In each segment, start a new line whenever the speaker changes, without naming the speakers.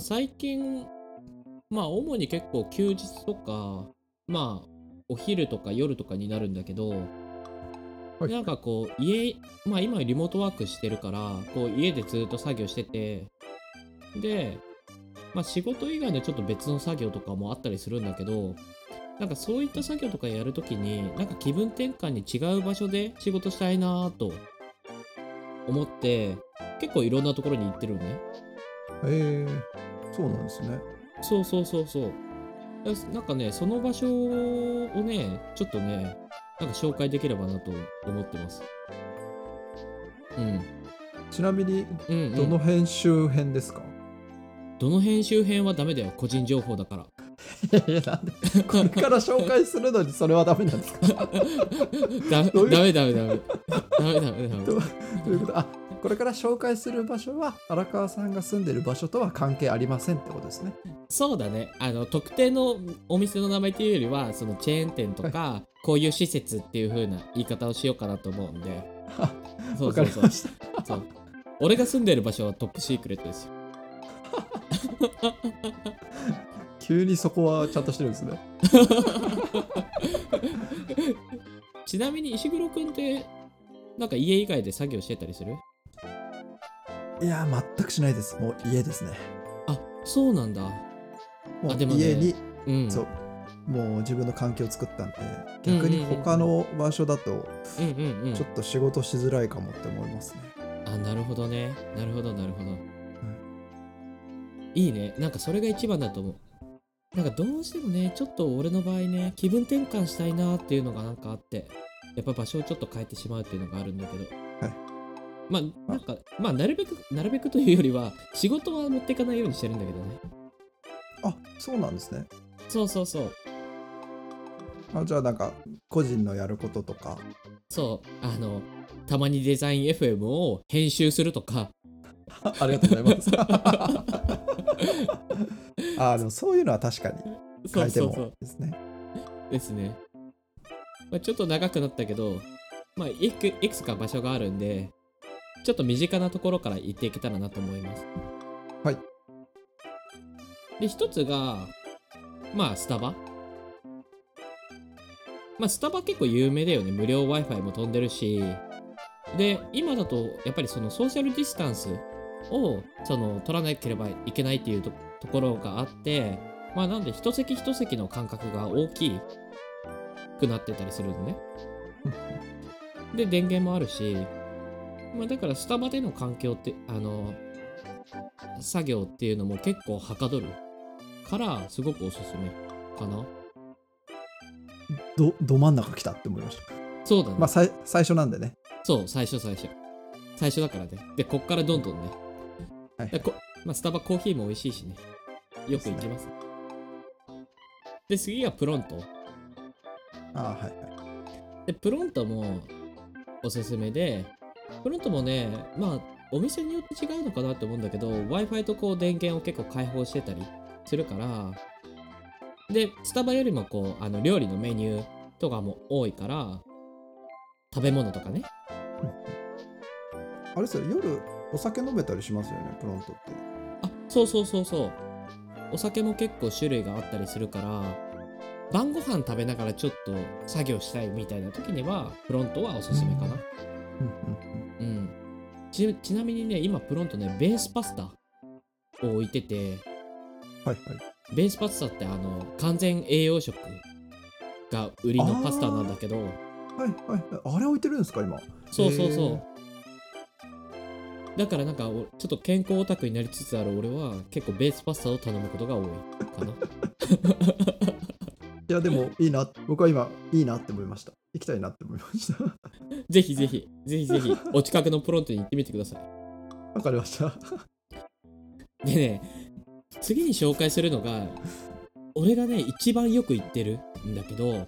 最近、主に結構休日とか、お昼とか夜とかになるんだけど、
はい。
なんかこう、今リモートワークしてるから、こう家でずっと作業してて、で、仕事以外のちょっと別の作業とかもあったりするんだけど、なんかそういった作業とかやるときに、なんか気分転換に違う場所で仕事したいなぁと思って、結構いろんなところに行ってるのね。
そうなんですね。
そうそうそうそう。なんかね、その場所をね、ちょっとね、なんか紹介できればなと思ってます。うん。
ちなみに、
うんうん。
どの辺周辺ですか？
どの編集編はダメだよ。個人情報だから。
いや、なんで、これから紹介するのにそれはダメなんですか？どういう、
ダメダメダメ。ダメダメダメ。
どうどういうこと？これから紹介する場所は、荒川さんが住んでる場所とは関係ありませんってことですね。
そうだね。特定のお店の名前っていうよりは、そのチェーン店と
はい。
か、こういう施設っていう風な言い方をしようかなと思うんで。
あ、わか
そうそうそう。
りました。
そう。俺が住んでる場所はトップシークレットですよ。
急にそこはちゃんとしてるんですね。
ちなみに石黒くんって、なんか家以外で作業してたりする？
いや、全くしないです。もう家ですね。
あ、そうなんだ。あ、
もう
でもね、
家に、
うん。
そう、もう自分の環境を作ったんで、
うんうんう
逆に
んうん。
他の場所だと、
うんうんうん。
ちょっと仕事しづらいかもって思いますね。
あ、なるほどね。なるほどなるほど。
はい。
いいね。なんかそれが一番だと思う。なんかどうしてもね、ちょっと俺の場合ね、気分転換したいなっていうのがなんかあって、やっぱ場所をちょっと変えてしまうっていうのがあるんだけど、
はい。
なんか、なるべくというよりは、仕事は持っていかないようにしてるんだけどね。
そうなんですね。
そうそうそう。
じゃあなんか、個人のやることとか。
そう。たまにデザイン FM を編集するとか。
ありがとうございます。でもそういうのは確かに
そ
変えても
うそうそう。
ですね。
ですね。ちょっと長くなったけど、いくつか場所があるんで、ちょっと身近なところから行っていけたらなと思います。
はい。
で、一つが、スタバ。スタバ結構有名だよね。無料 Wi-Fi も飛んでるし。で、今だと、やっぱりそのソーシャルディスタンスを、取らなければいけないっていうところがあって、なんで一席一席の間隔が大きくなってたりするのね。で、電源もあるし、だからスタバでの環境って、作業っていうのも結構はかどるから、すごくおすすめかな。
ど真ん中来たって思いました。
そうだね。
最初なんでね。
そう、最初最初。最初だからね。で、こっからどんどんね。
はいはい。
でこスタバコーヒーも美味しいしね。よ
ですね。
く行きます。で、次がプロント。
はいはい。
で、プロントもおすすめで、プロントもね、お店によって違うのかなって思うんだけど、Wi-Fi とこう電源を結構開放してたりするから、で、スタバよりもこう、料理のメニューとかも多いから、食べ物とかね。
うん。あれですよ、夜お酒飲めたりしますよね、プロントって。
あ、そうそうそうそう。お酒も結構種類があったりするから、晩ご飯食べながらちょっと作業したいみたいな時には、プロントはおすすめかな。
うんうん
うん。ちなみにね、今プロントね、ベースパスタを置いてて、
はいはい。
ベースパスタって完全栄養食が売りのパスタなんだけ
あ
ど、
はいはいはい。あれ置いてるんですか、今。
そうそうそう。だからなんか、ちょっと健康オタクになりつつある俺は、結構ベースパスタを頼むことが多いかな。
いや、でもいいな。僕は今、いいなって思いました。行きたいなって思いました。
ぜひぜひ、ぜひぜひ、お近くのプロントに行ってみてください。
わかりました。
でね、次に紹介するのが、俺がね、一番よく行ってるんだけど、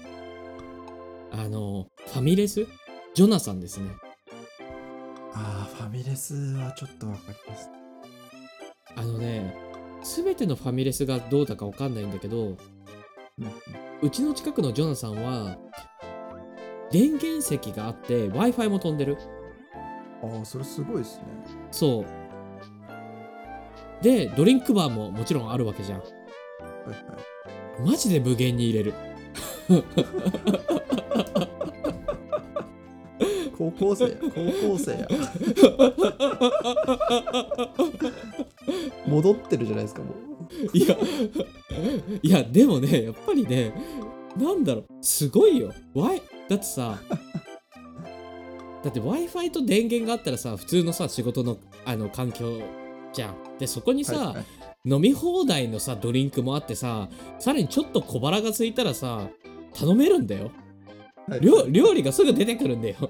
ファミレスジョナサンですね。
ファミレスはちょっとわかります。
あのね、すべてのファミレスがどうだかわかんないんだけど、
うん
うちの近くのジョナサンは、電源席があって、Wi-Fi も飛んでる。
それすごいですね。
そう。 でドリンクバーももちろんあるわけじゃん。
はいはい。
マジで無限に入れる。
高校生や。戻ってるじゃないですか、もう。
いやでもね、やっぱりね、なんだろう、すごいよ。だってさ、だって Wi-Fi と電源があったらさ、普通のさ、仕事の環境じゃん。で、そこにさ、
はいはい、
飲み放題のさ、ドリンクもあってさ、さらにちょっと小腹が空いたらさ、頼めるんだよ。
はい、
料理がすぐ出てくるんだよ。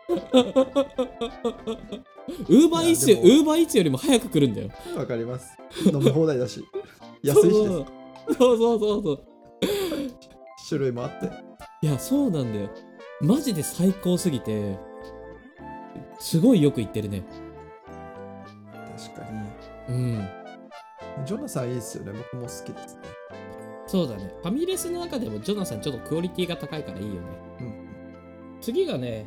ウーバーイーツよりも早く来るんだよ。
わかります。飲み放題だし、安いしです。
そう。
種類もあって。
いや、そうなんだよ。マジで最高すぎて、すごいよく言ってるね。
確かに。
うん。
ジョナサンいいっすよね。僕も好きですね。
そうだね。ファミレスの中でもジョナサンちょっとクオリティが高いからいいよね。
うん。
次がね、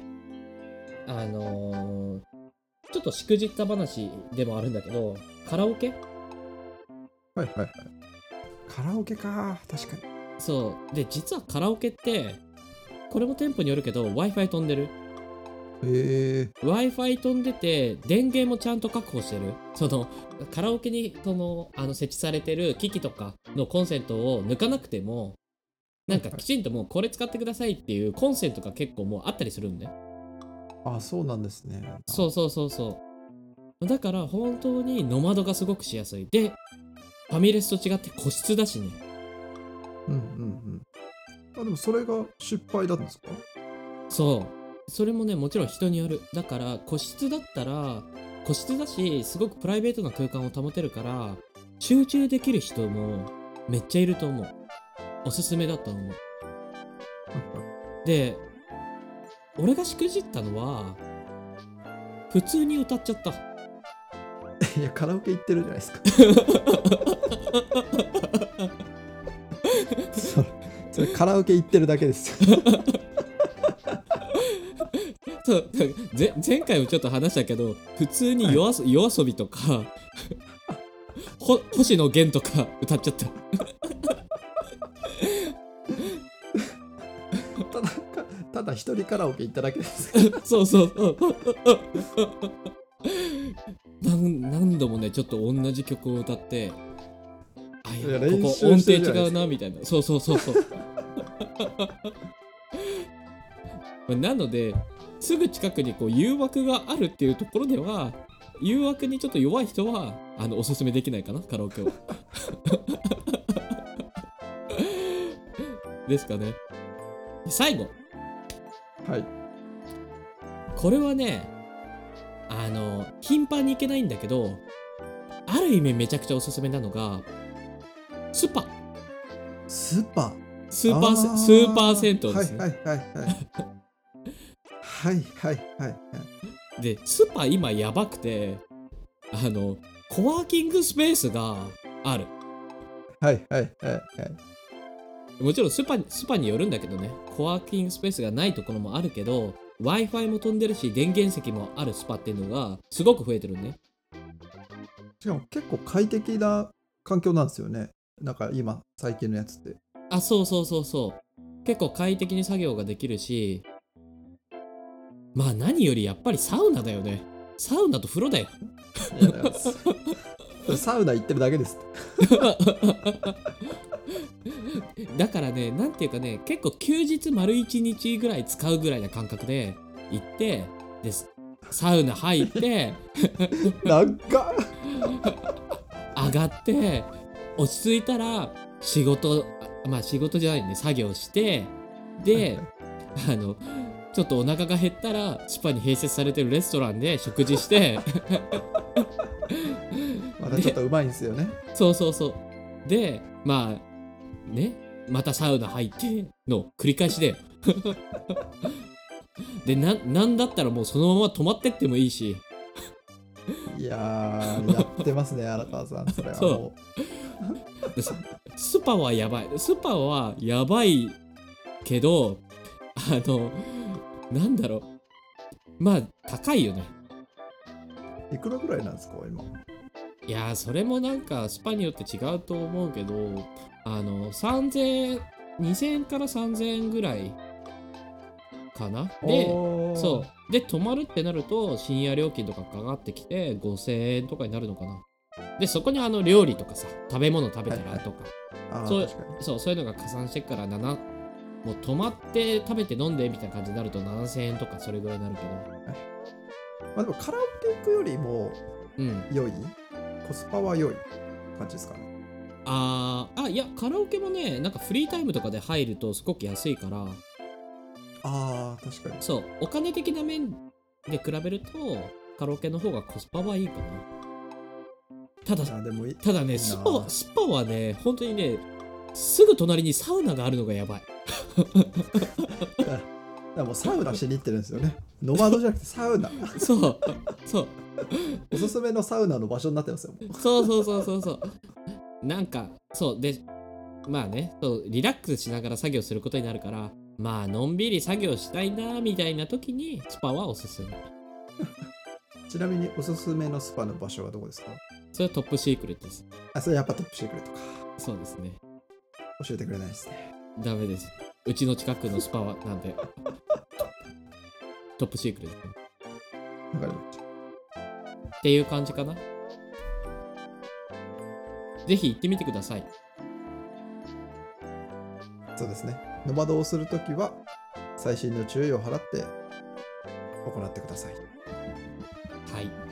ちょっとしくじった話でもあるんだけど、カラオケ？
はい。カラオケか、確かに。
そう。で、実はカラオケって、これも店舗によるけど、Wi-Fi 飛んでる。Wi-Fi 飛んでて、電源もちゃんと確保してる。カラオケに、設置されてる機器とかのコンセントを抜かなくても、なんかきちんともうこれ使ってくださいっていうコンセントが結構もうあったりするんで。
あ、そうなんですね。
そう。だから本当にノマドがすごくしやすい。で、ファミレスと違って個室だしね。
あ、でもそれが失敗なんですか？
そう。それもね、もちろん人による。だから個室だったら、個室だし、すごくプライベートな空間を保てるから、集中できる人もめっちゃいると思う。おすすめだと思う。で、俺がしくじったのは、普通に歌っちゃった。
いや、カラオケ行ってるじゃないですか。それカラオケ行ってるだけですよ。
そう前回もちょっと話したけど、普通に夜遊びとか星野源とか歌っちゃった。
ただ一人カラオケ行っただけです。
そう。何度もね、ちょっと同じ曲を歌って、ここ音程違うなみたいな。そう。なので、すぐ近くにこう誘惑があるっていうところでは、誘惑にちょっと弱い人はおすすめできないかな、カラオケは。ですかね。最後。
はい。
これはね、頻繁に行けないんだけど、ある意味めちゃくちゃおすすめなのが、スーパー銭湯ですね。
はい。
で、スパ今やばくて、コワーキングスペースがある。
はい。
もちろんスパによるんだけどね、コワーキングスペースがないところもあるけど、Wi-Fi も飛んでるし、電源石もあるスパっていうのがすごく増えてるね。
しかも結構快適な環境なんですよね。なんか今、最近のやつって。
あ、そう。結構快適に作業ができるし、まあ何よりやっぱりサウナだよね。サウナと風呂だよ。
いやサウナ行ってるだけです。
だからね、なんていうかね、結構休日丸1日ぐらい使うぐらいな感覚で行ってです。サウナ入って
なんか
上がって落ち着いたら仕事じゃないね、作業して、でちょっとお腹が減ったらスパに併設されてるレストランで食事して
またちょっとうまいんですよね。
そうで、まあね、またサウナ入っての繰り返しでで、なんだったらもうそのまま泊まってってもいいし。
いやー、やってますね、荒川さん。それはも
うスパはやばいけど、なんだろう、まあ高いよね。
いくらぐらいなんですか今？
いやー、それもなんかスパによって違うと思うけど、3000円、2000円から3000円ぐらいかな。で、そう。で、泊まるってなると、深夜料金とかかかってきて、5000円とかになるのかな。で、そこに料理とかさ、食べ物食べたらとか、そう
確かに。
そういうのが加算してからもう泊まって食べて飲んでみたいな感じになると7000円とかそれぐらいになるけど。
まあでもカラオケ行くよりも
うん。
良い、コスパは良い感じですかね。
いや、カラオケもね、なんかフリータイムとかで入るとすごく安いから、
確かに。
そう、お金的な面で比べると、カラオケの方がコスパはいいかな。
でも
ただね、スパはね、本当にね、すぐ隣にサウナがあるのがやばい。
だからもうサウナしに行ってるんですよね。ノマドじゃなくてサウナ。
そう、
おすすめのサウナの場所になってますよ。
そう。なんか、そうで、まあね、リラックスしながら作業することになるから、まあのんびり作業したいなみたいな時にスパはおすすめ。
ちなみにおすすめのスパの場所はどこですか？
それはトップシークレットです。
それやっぱトップシークレットか。
そうですね。
教えてくれないですね。
ダメです。うちの近くのスパはなんで。トップシークレット。
わかりました。
っていう感じかな。ぜひ行ってみてください。
そうですね。ノマドをするときは細心の注意を払って行ってください。
はい。